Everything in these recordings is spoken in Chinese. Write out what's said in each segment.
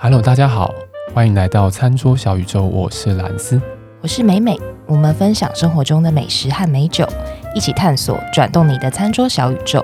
Hello， 大家好，欢迎来到餐桌小宇宙，我是蓝斯， 我是美美，我们分享生活中的美食和美酒，一起探索转动你的餐桌小宇宙。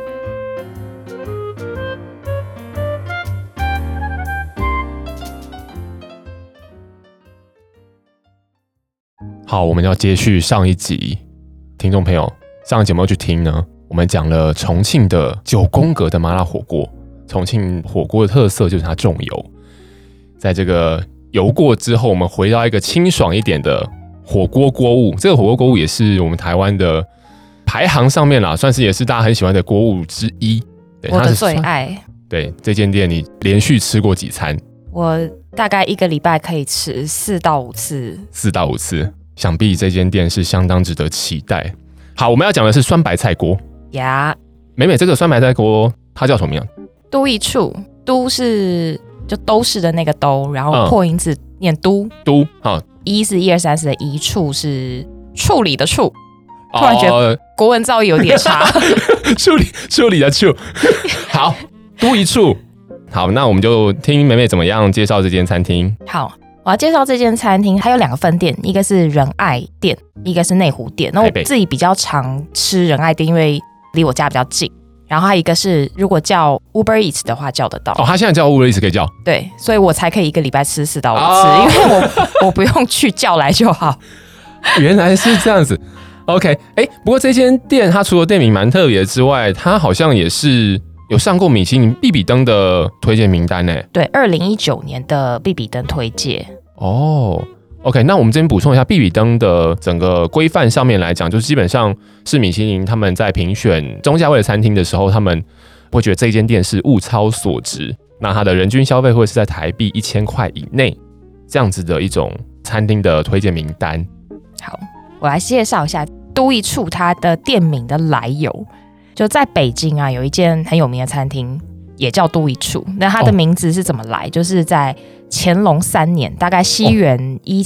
好，我们要接续上一集，听众朋友，上一集有没有去听呢？我们讲了重庆的9宫格的麻辣火锅。重庆火锅的特色就是它重油，在这个油过之后，我们回到一个清爽一点的火锅锅物。这个火锅锅物也是我们台湾的排行上面啦，算是也是大家很喜欢的锅物之一。 我的最爱。 对，这间店你连续吃过几餐？ 我大概1个礼拜可以吃4到5次。 4到5次，想必这间店是相当值得期待。好，我们要讲的是酸白菜锅呀。 美美，这个酸白菜锅它叫什么名？ 都一处，都是就都是的那个都，然后破音字念都。 都啊， 一是1、2、3、4的一，处是处理的处。突然觉得国文造诣有点差。 处理的处。好，都一处。好，那我们就听美美怎么样介绍这间餐厅。 好，我要介绍这间餐厅，它有2个分店，一个是仁爱店，一个是内湖店。那我自己比较常吃仁爱店，因为离我家比较近。然后还有一个是，如果叫 Uber Eats 的话叫得到。 哦，他现在叫 Uber Eats 可以叫。 对，所以我才可以1个礼拜吃4到5次，因为我不用去叫来就好。 原来是这样子。OK， 不过这间店它除了店名蛮特别之外，它好像也是有上过米其林必比登的推荐名单呢。 对，2019年的必比登推荐。 哦。OK， 那我们这边补充一下，必比登的整个规范上面来讲，就是基本上是米其林他们在评选中价位的餐厅的时候，他们会觉得这间店是物超所值，那它的人均消费会是在台币1000块以内，这样子的一种餐厅的推荐名单。 好，我来介绍一下都一处它的店名的来由。就在北京啊，有一间很有名的餐厅也叫都一处，那它的名字是怎么来？就是在乾隆3年，大概西元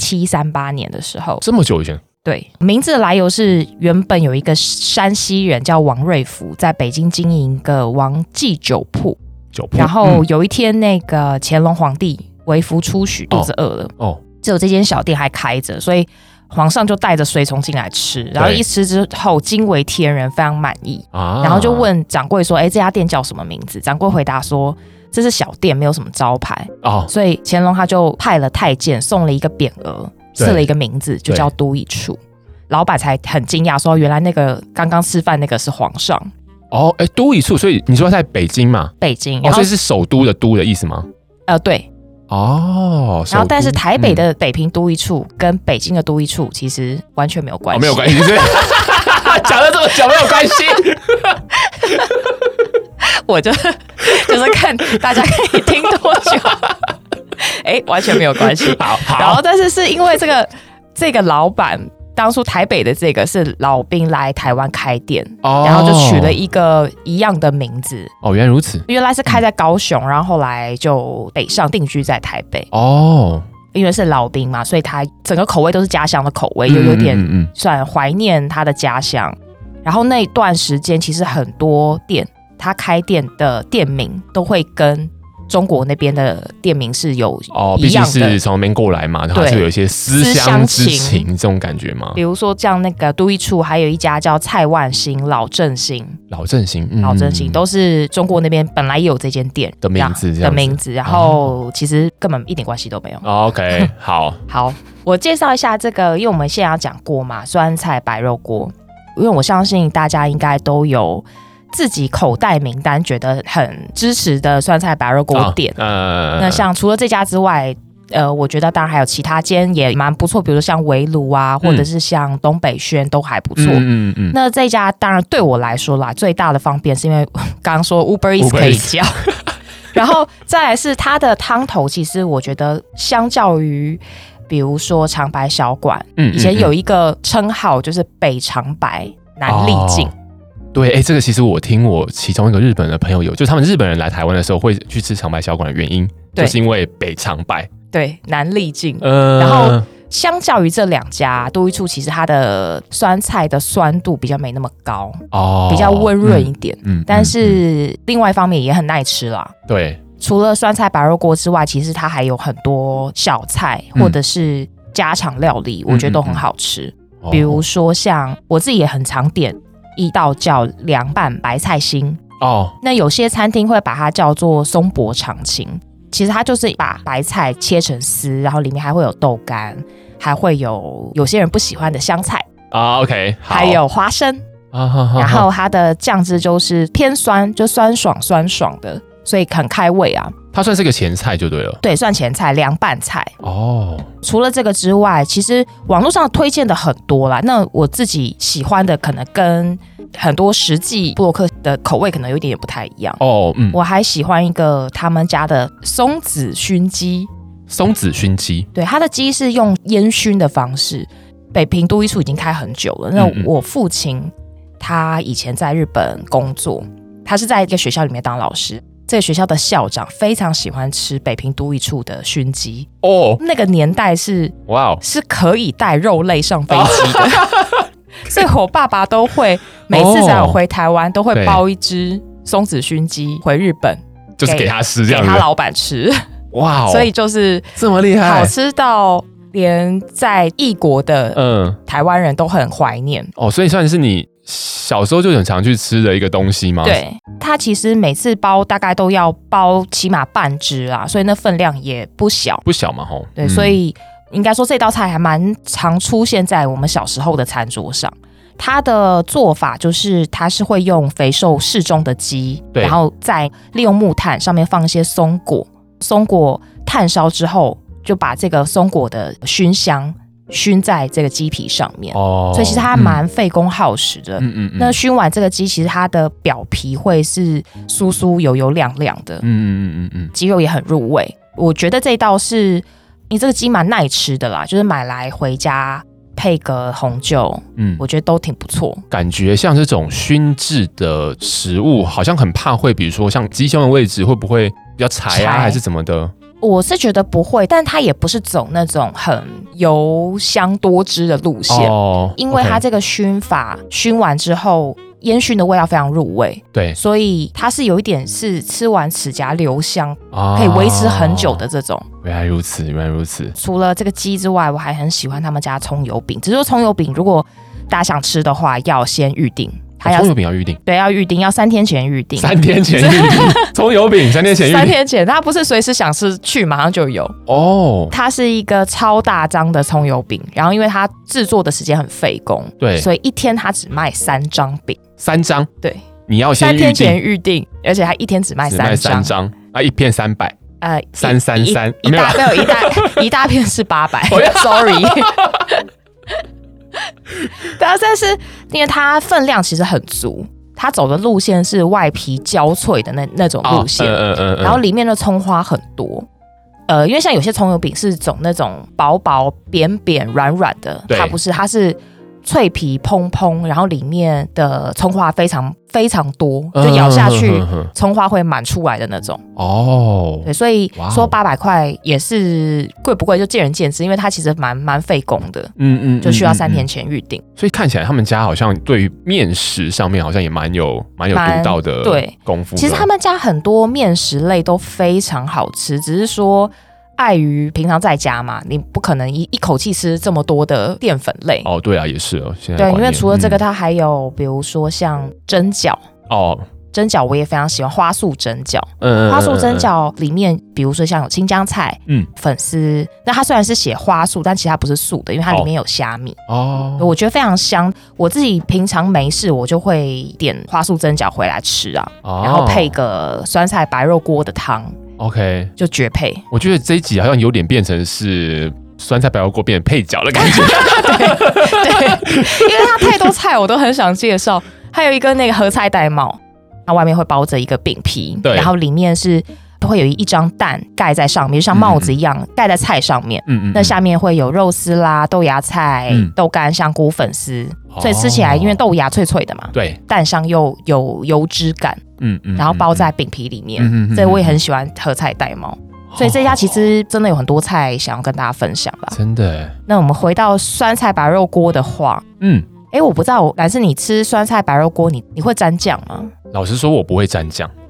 1738年的时候， 这么久以前。 对，名字的来由是原本有一个山西人叫王瑞福，在北京经营一个王记酒铺，然后有一天那个乾隆皇帝微服出巡，肚子饿了，只有这间小店还开着，所以皇上就带着随从进来吃，然后一吃之后惊为天人，非常满意，然后就问掌柜说：“这家店叫什么名字？”掌柜回答说：“这是小店，没有什么招牌。”所以乾隆他就派了太监送了一个匾额，赐了一个名字，就叫都一处。老板才很惊讶说：“原来那个刚刚吃饭那个是皇上。” 都一处，所以你说在北京嘛？ 北京， 所以是首都的都的意思吗？ 对。然后但是台北的北平都一处跟北京的都一处其实完全没有关系， 没有关系，讲了这么久没有关系。 我就是看大家可以听多久。完全没有关系。 好， 然后但是因为这个老板当初台北的这个是老兵来台湾开店，然后就取了一个一样的名字。 原来如此。 原来是开在高雄，然后后来就北上定居在台北。因为是老兵嘛，所以他整个口味都是家乡的口味，有点算怀念他的家乡。然后那段时间其实很多店，他开店的店名都会跟中国那边的店名是有一样的，毕竟是从那边过来嘛，它是有一些思乡之情这种感觉嘛。 比如说像那个都一处，还有一家叫蔡万兴、老正兴都是中国那边本来也有这间店的名字， 然后其实根本一点关系都没有。 OK， 好， 我介绍一下这个，因为我们现在要讲锅嘛，酸菜白肉锅，因为我相信大家应该都有自己口袋名单觉得很支持的酸菜白肉锅店。那像除了这家之外，我觉得当然还有其他间也蛮不错，比如说像围炉啊，或者是像东北轩都还不错。那这家当然对我来说啦，最大的方便是因为刚刚说 Uber Eats 可以叫，然后再来是它的汤头，其实我觉得相较于比如说长白小馆，以前有一个称号就是北长白南力劲。 对，这个其实我听我其中一个日本的朋友有，就是他们日本人来台湾的时候会去吃长白小馆的原因，就是因为北长白， 对，南力劲。然后相较于这2家，都一处其实它的酸菜的酸度比较没那么高，比较温润一点。但是另外一方面也很耐吃啦。 对， 除了酸菜白肉锅之外，其实它还有很多小菜或者是家常料理，我觉得都很好吃。比如说像我自己也很常点一道叫凉拌白菜心那有些餐厅会把它叫做松柏长青，其实它就是把白菜切成丝，然后里面还会有豆干，还会有些人不喜欢的香菜 OK， 还有花生然后它的酱汁就是偏酸，就酸爽的，所以很开胃啊。 它算是个前菜就对了。 对，算前菜，凉拌菜除了这个之外，其实网络上推荐的很多啦。那我自己喜欢的可能跟很多实际部落客的口味可能有一点也不太一样我还喜欢一个他们家的松子熏鸡。 松子熏鸡， 对，它的鸡是用烟熏的方式。北平都一处已经开很久了。那我父亲他以前在日本工作，他是在一个学校里面当老师。这个学校的校长非常喜欢吃北平都一处的熏鸡那个年代是是可以带肉类上飞机的所以我爸爸都会每次只要回台湾都会包一只松子熏鸡回日本， 就是给他吃这样子， 给他老板吃所以就是这么厉害， 好吃到连在异国的台湾人都很怀念所以算是你小时候就很常去吃的一个东西吗？ 对，它其实每次包大概都要包起码半只啦，所以那分量也不小嘛对所以应该说这道菜还蛮常出现在我们小时候的餐桌上。它的做法就是它是会用肥瘦适中的鸡，然后再利用木炭上面放一些松果炭烧之后，就把这个松果的熏香熏在这个鸡皮上面所以其实它蛮费工耗时的那熏完这个鸡，其实它的表皮会是酥酥油油亮亮的鸡肉也很入味。我觉得这一道是你这个鸡蛮耐吃的啦，就是买来回家配个红酒我觉得都挺不错。 感觉像这种熏制的食物好像很怕会比如说像鸡胸的位置会不会比较柴还是怎么的？ 我是觉得不会，但它也不是走那种很油香多汁的路线因为它这个熏法熏完之后烟熏的味道非常入味， 对， 所以它是有一点是吃完齿颊留香可以维持很久的这种原来如此。 除了这个鸡之外，我还很喜欢他们家葱油饼，只是说葱油饼如果大家想吃的话要先预定葱油饼要预定， 对，要预定，要3天前预定。 3天前预定，葱油饼3天前预定。 3天前，它不是随时想吃去马上就有它是一个超大张的葱油饼，然后因为它制作的时间很费工， 对， 所以一天它只卖3张饼 ，3张， 对， 你要先 3天前预定，而且它一天只卖3 张一片300。333 没有一大片是800sorry 但是因为它分量其实很足，它走的路线是外皮焦脆的那种路线然后里面的葱花很多因为像有些葱油饼是走那种薄薄扁扁软软的，它不是，它是脆皮蓬蓬，然后里面的葱花非常非常多，就咬下去葱花会满出来的那种对，所以说800块也是贵不贵就见仁见智，因为它其实蛮费工的就需要3天前预定所以看起来他们家好像对于面食上面好像也蛮有独到的功夫的。 其实他们家很多面食类都非常好吃，只是说碍于平常在家嘛，你不可能一口气吃这么多的淀粉类对啊，也是现在对，因为除了这个它还有比如说像蒸饺蒸饺我也非常喜欢花素蒸饺花素蒸饺里面比如说像有青江菜粉丝，那它虽然是写花素，但其实它不是素的，因为它里面有虾米我觉得非常香。我自己平常没事我就会点花素蒸饺回来吃然后配个酸菜白肉锅的汤 OK 就绝配。 我觉得这一集好像有点变成是酸菜白肉锅变成配角的感觉对，因为它太多菜我都很想介绍。还有一个那个合菜戴帽，它外面会包着一个饼皮，然后里面是会有一张蛋盖在上面，就像帽子一样盖在菜上面那下面会有肉丝啦、豆芽菜、豆干、香菇、粉丝所以吃起来因为豆芽脆脆的嘛， 对， 蛋上又有油脂感然后包在饼皮里面所以我也很喜欢合菜戴帽所以这家其实真的有很多菜想要跟大家分享啦， 真的。 那我们回到酸菜白肉锅的话我不知道蓝是你吃酸菜白肉锅你会沾酱吗？ 老实说我不会沾酱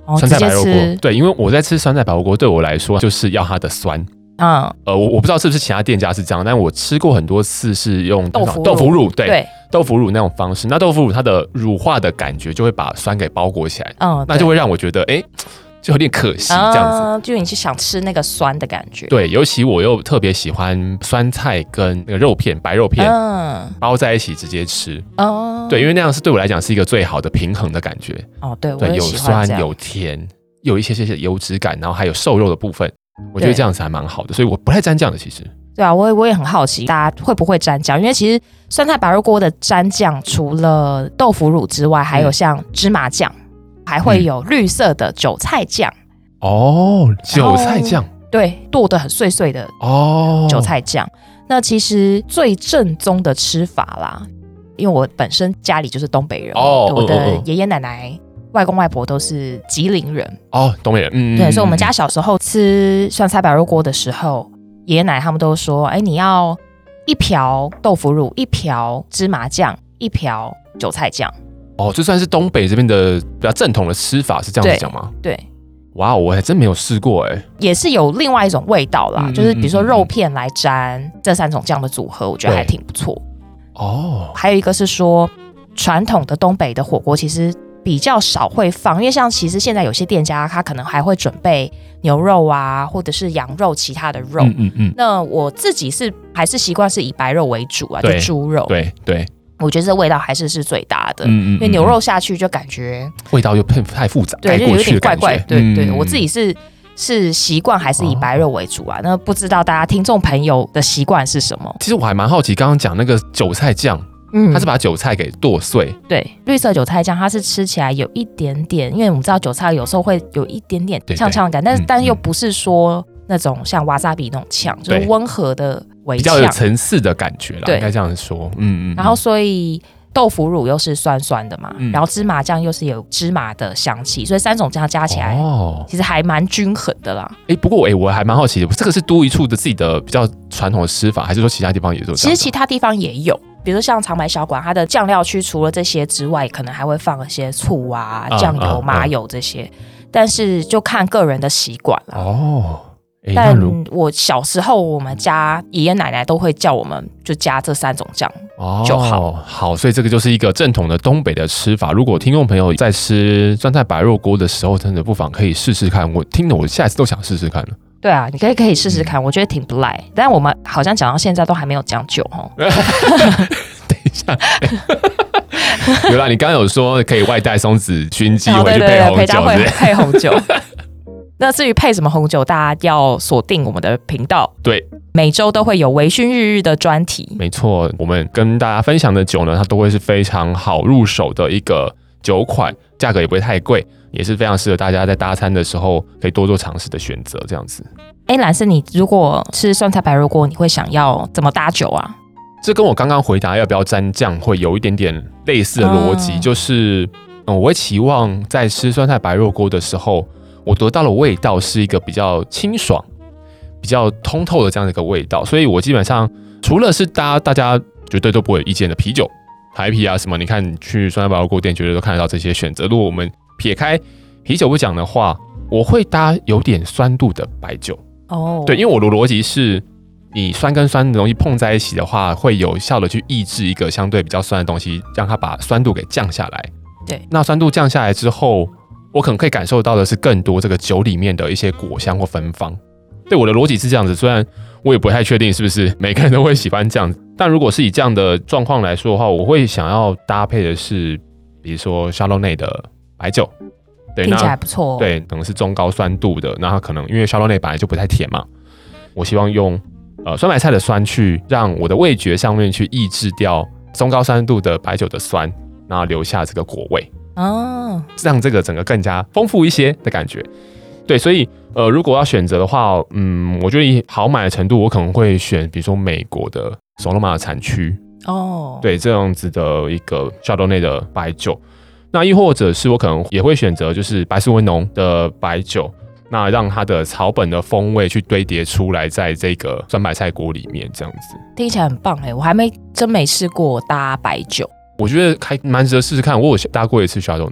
酸菜白肉锅直接吃。 对，因为我在吃酸菜白肉锅，对我来说就是要它的酸。我不知道是不是其他店家是这样，但我吃过很多次是用豆腐乳，对，豆腐乳那种方式。那豆腐乳它的乳化的感觉就会把酸给包裹起来，那就会让我觉得就有点可惜这样子， 就你是想吃那个酸的感觉。 对，尤其我又特别喜欢酸菜跟那个肉片，白肉片，包在一起直接吃。对，因为那样是对我来讲是一个最好的平衡的感觉。 对， 有酸有甜，有一些油脂感，然后还有瘦肉的部分，我觉得这样子还蛮好的，所以我不太沾酱的其实。 对啊，我也很好奇大家会不会沾酱，因为其实酸菜白肉锅的沾酱除了豆腐乳之外，还有像芝麻酱。还会有绿色的韭菜酱韭菜酱， 对，剁得很碎碎的韭菜酱。那其实最正宗的吃法啦，因为我本身家里就是东北人，我的爷爷奶奶、外公外婆都是吉林人东北人， 对，所以我们家小时候吃酸菜白肉锅的时候，爷爷奶奶他们都说，你要一瓢豆腐乳，一瓢芝麻酱，一瓢韭菜酱。 这算是东北这边的比较正统的吃法，是这样子讲吗？ 对， 哇，我还真没有试过也是有另外一种味道啦，就是比如说肉片来沾这3种酱的组合，我觉得还挺不错。还有一个是说，传统的东北的火锅其实比较少会放，因为像其实现在有些店家他可能还会准备牛肉啊，或者是羊肉其他的肉。那我自己还是习惯是以白肉为主啊，就猪肉。 对。 我觉得这味道还是最大的，因为牛肉下去就感觉味道又太复杂， 对，就有点怪怪。对，我自己是习惯还是以白肉为主啊。那不知道大家听众朋友的习惯是什么？ 其实我还蛮好奇，刚刚讲那个韭菜酱，它是把韭菜给剁碎， 对，绿色韭菜酱它是吃起来有一点点，因为我们知道韭菜有时候会有一点点呛呛感，但又不是说那种像瓦萨比那种呛，就是温和的微呛， 比较有层次的感觉啦，应该这样说。 然后所以豆腐乳又是酸酸的嘛，然后芝麻酱又是有芝麻的香气，所以3种酱加起来，其实还蛮均衡的啦。 不过我还蛮好奇的，这个是都一处的自己的比较传统的吃法，还是说其他地方也有？ 其实其他地方也有，比如说像长白小馆，它的酱料区除了这些之外，可能还会放一些醋啊、酱油、麻油这些，但是就看个人的习惯了。但我小时候，我们家爷爷奶奶都会叫我们就加这3种酱就好。 好，所以这个就是一个正统的东北的吃法。如果听众朋友在吃酸菜白肉锅的时候，真的不妨可以试试看。我听了，我下一次都想试试看了。 对啊，你可以试试看，我觉得挺不赖。但我们好像讲到现在都还没有讲酒等一下。有啦，你刚刚有说可以外带松子熏鸡回去配红酒， 陪家会配红酒。那至于配什么红酒，大家要锁定我们的频道。 对， 每周都会有微醺日日的专题。 没错，我们跟大家分享的酒呢，它都会是非常好入手的一个酒款，价格也不会太贵，也是非常适合大家在搭餐的时候可以多做尝试的选择。这样子。 蓝斯，你如果吃酸菜白肉锅，你会想要怎么搭酒啊？ 这跟我刚刚回答要不要沾酱会有一点点类似的逻辑，就是我会期望在吃酸菜白肉锅的时候，我得到的味道是一个比较清爽、比较通透的这样的一个味道，所以我基本上除了是大家绝对都不会有意见的啤酒、台啤啊什么，你看你去酸菜白肉锅店绝对都看得到这些选择。如果我们撇开啤酒不讲的话，我会搭有点酸度的白酒。对，因为我的逻辑是，你酸跟酸的东西碰在一起的话，会有效的去抑制一个相对比较酸的东西，让它把酸度给降下来。 对， 那酸度降下来之后，我可能可以感受到的是更多这个酒里面的一些果香或芬芳。对，我的逻辑是这样子，虽然我也不太确定是不是每个人都会喜欢这样子，但如果是以这样的状况来说的话，我会想要搭配的是，比如说 Chardonnay 的白酒。对， 听起来不错。 对，可能是中高酸度的，那它可能因为 Chardonnay 本来就不太甜嘛，我希望用酸白菜的酸去让我的味觉上面去抑制掉中高酸度的白酒的酸，然后留下这个果味。让这个整个更加丰富一些的感觉。对，所以如果要选择的话，我觉得以好买的程度，我可能会选比如说美国的索诺玛的产区。对，这样子的一个 Chardonnay 的白酒。那亦或者是我可能也会选择就是白苏维浓的白酒，那让它的草本的风味去堆叠出来，在这个酸白菜锅里面，这样子听起来很棒我还真没试过搭白酒。 我觉得还蛮值得试试看。我有搭过一次 Chardonnay，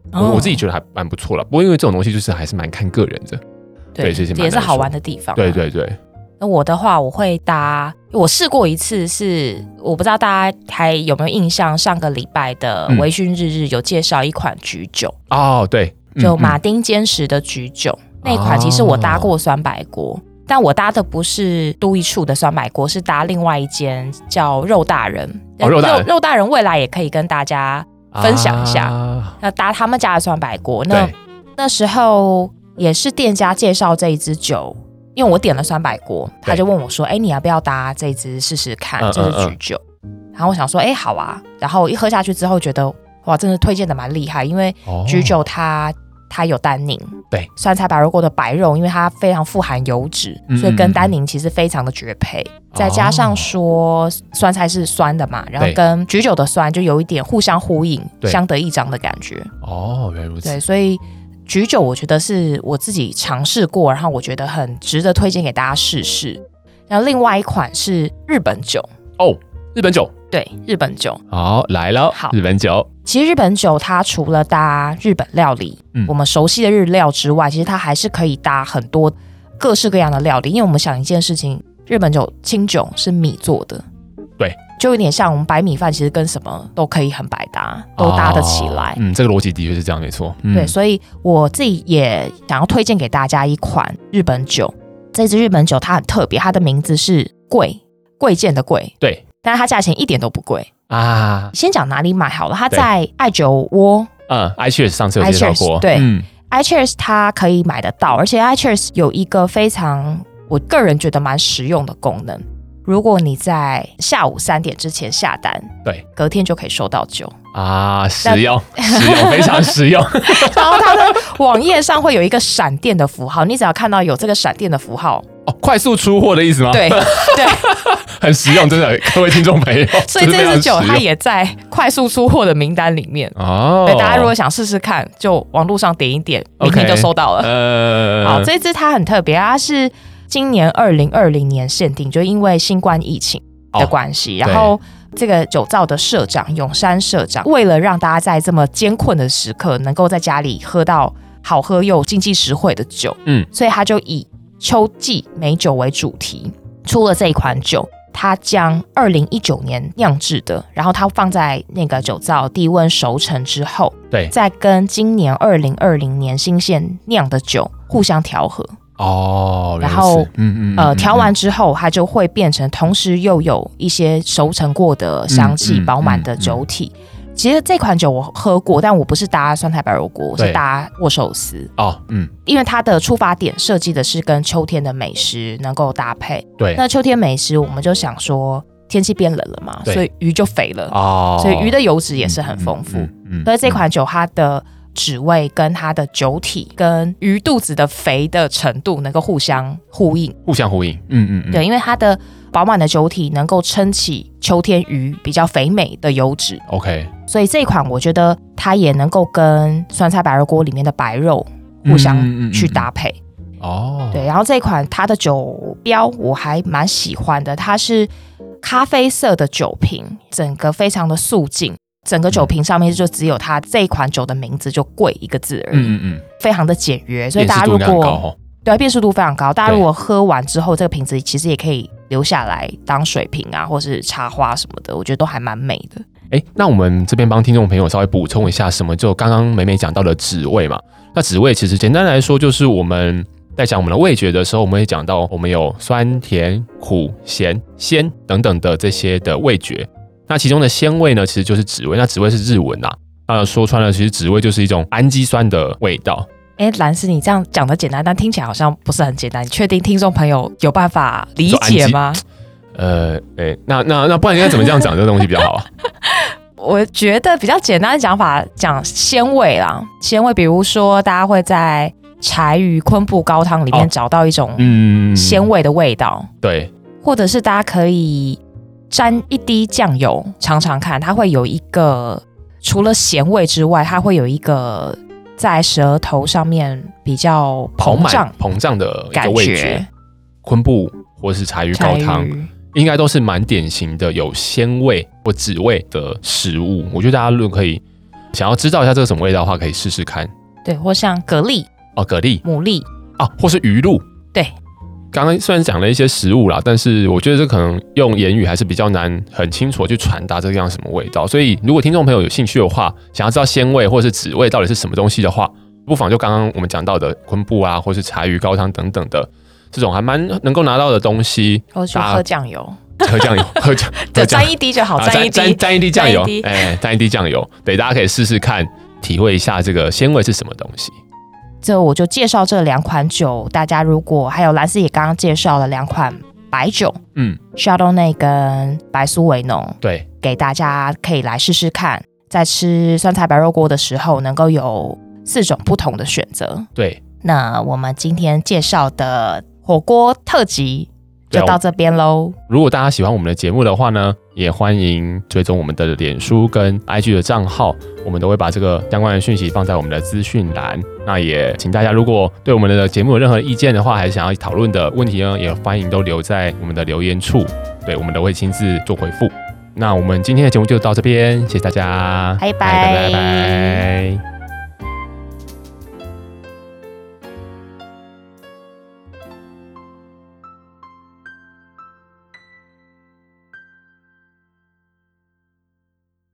我自己觉得还蛮不错了。不过因为这种东西就是还是蛮看个人的， 对，这也是好玩的地方。 对对对。 那我的话，我会搭，我试过一次是，我不知道大家还有没有印象，上个礼拜的微醺日日有介绍一款橘酒哦，对， 就马丁坚持的橘酒，那一款其实我搭过酸白锅。但我搭的不是都一处的酸白锅，是搭另外一间叫肉大人。肉大人未来也可以跟大家分享一下。那搭他们家的酸白锅，那时候也是店家介绍这一支酒，因为我点了酸白锅，他就问我说：“你要不要搭这一支试试看？这是橘酒。”然后我想说：“好啊。”然后一喝下去之后，觉得哇，真的推荐的蛮厉害，因为橘酒它有单宁， 对， 酸菜白肉锅的白肉，因为它非常富含油脂，所以跟单宁其实非常的绝配。再加上说酸菜是酸的嘛，然后跟橘酒的酸就有一点互相呼应，相得益彰的感觉。 原来如此。 对，所以橘酒我觉得是我自己尝试过，然后我觉得很值得推荐给大家试试。然后另外一款是日本酒日本酒， 对，日本酒， 好来了，日本酒。 其实日本酒它除了搭日本料理，我们熟悉的日料之外，其实它还是可以搭很多各式各样的料理。因为我们想一件事情，日本酒清酒是米做的， 对， 就有点像我们白米饭，其实跟什么都可以很百搭，都搭得起来。 这个逻辑的确是这样，没错。 对，所以我自己也想要推荐给大家一款日本酒。这支日本酒它很特别，它的名字是贵贱的贵， 对， 但是它价钱一点都不贵啊。 先讲哪里买好了，它在爱酒窝 ，iCheers 上次有介绍过， 对，iCheers 它可以买得到，而且 iCheers 有一个非常我个人觉得蛮实用的功能。如果你在下午3点之前下单， 对， 隔天就可以收到酒啊，实用，非常实用。 然后它的网页上会有一个闪电的符号，你只要看到有这个闪电的符号， 快速出货的意思吗？ 对对， 很实用，真的，各位听众朋友。 所以这支酒它也在快速出货的名单里面对，大家如果想试试看，就网络上点一点，明天就收到了。好，这支它很特别，它是今年2020年限定，就因为新冠疫情的关系，然后这个酒造的社长永山社长，为了让大家在这么艰困的时刻能够在家里喝到好喝又经济实惠的酒，所以他就以秋季美酒为主题出了这一款酒。他将2019年酿制的，然后他放在那个酒造低温熟成之后， 对， 再跟今年2020年新鲜酿的酒互相调和。然后调完之后，它就会变成同时又有一些熟成过的香气，饱满的酒体。其实这款酒我喝过，但我不是搭酸菜白肉锅，我是搭握寿司因为它的出发点设计的是跟秋天的美食能够搭配。 对， 那秋天美食我们就想说天气变冷了嘛，所以鱼就肥了所以鱼的油脂也是很丰富。所以这款酒它的脂味跟它的酒体跟鱼肚子的肥的程度能够互相呼应，对，因为它的饱满的酒体能够撑起秋天鱼比较肥美的油脂。 OK， 所以这一款我觉得它也能够跟酸菜白肉锅里面的白肉互相去搭配。对，然后这一款它的酒标我还蛮喜欢的，它是咖啡色的酒瓶，整个非常的素净。整个酒瓶上面就只有它这一款酒的名字，就贵一个字而已，非常的简约，所以大家如果对辨识度非常高，大家如果喝完之后，这个瓶子其实也可以留下来当水瓶啊，或是插花什么的，我觉得都还蛮美的。 那我们这边帮听众朋友稍微补充一下，什么就刚刚美美讲到的旨味嘛？那旨味其实简单来说，就是我们在讲我们的味觉的时候，我们会讲到我们有酸、甜、苦、咸、鲜等等的这些的味觉。那其中的鲜味呢，其实就是旨味。那旨味是日文那说穿了，其实旨味就是一种氨基酸的味道。 蓝斯，你这样讲的简单，但听起来好像不是很简单。你确定听众朋友有办法理解吗？ 那不然应该怎么这样讲这个东西比较好啊？ 我觉得比较简单的讲法，讲鲜味啦。鲜味，比如说大家会在柴鱼昆布高汤里面找到一种鲜味的味道， 对， 或者是大家可以沾一滴酱油尝尝看，它会有一个除了咸味之外，它会有一个在舌头上面比较膨胀的一个味觉。昆布或是柴鱼高汤应该都是蛮典型的有鲜味或旨味的食物。我觉得大家如果可以想要知道一下这个什么味道的话，可以试试看。 对，或像蛤蜊、 哦，蛤蜊、 牡蛎或是鱼露。 对， 刚刚虽然讲了一些食物啦，但是我觉得这可能用言语还是比较难很清楚的去传达这样什么味道。所以如果听众朋友有兴趣的话，想要知道鲜味或是籽味到底是什么东西的话，不妨就刚刚我们讲到的昆布啊，或是柴鱼高汤等等的这种还蛮能够拿到的东西， 或是喝酱油， 喝酱油， 沾一滴就好，沾一滴酱油，沾一滴酱油，对，大家可以试试看，体会一下这个鲜味是什么东西。 这我就介绍这2款酒，大家如果还有蓝斯也刚刚介绍了2款白酒，Chardonnay 跟白苏维农， 对， 给大家可以来试试看，在吃酸菜白肉锅的时候能够有4种不同的选择。 对， 那我们今天介绍的火锅特辑就到这边咯。 如果大家喜欢我们的节目的话呢，也欢迎追踪我们的脸书跟 IG 的账号，我们都会把这个相关的讯息放在我们的资讯栏。那也请大家如果对我们的节目有任何意见的话，还是想要讨论的问题呢，也欢迎都留在我们的留言处，对，我们都会亲自做回复。那我们今天的节目就到这边，谢谢大家， 拜拜。 拜拜。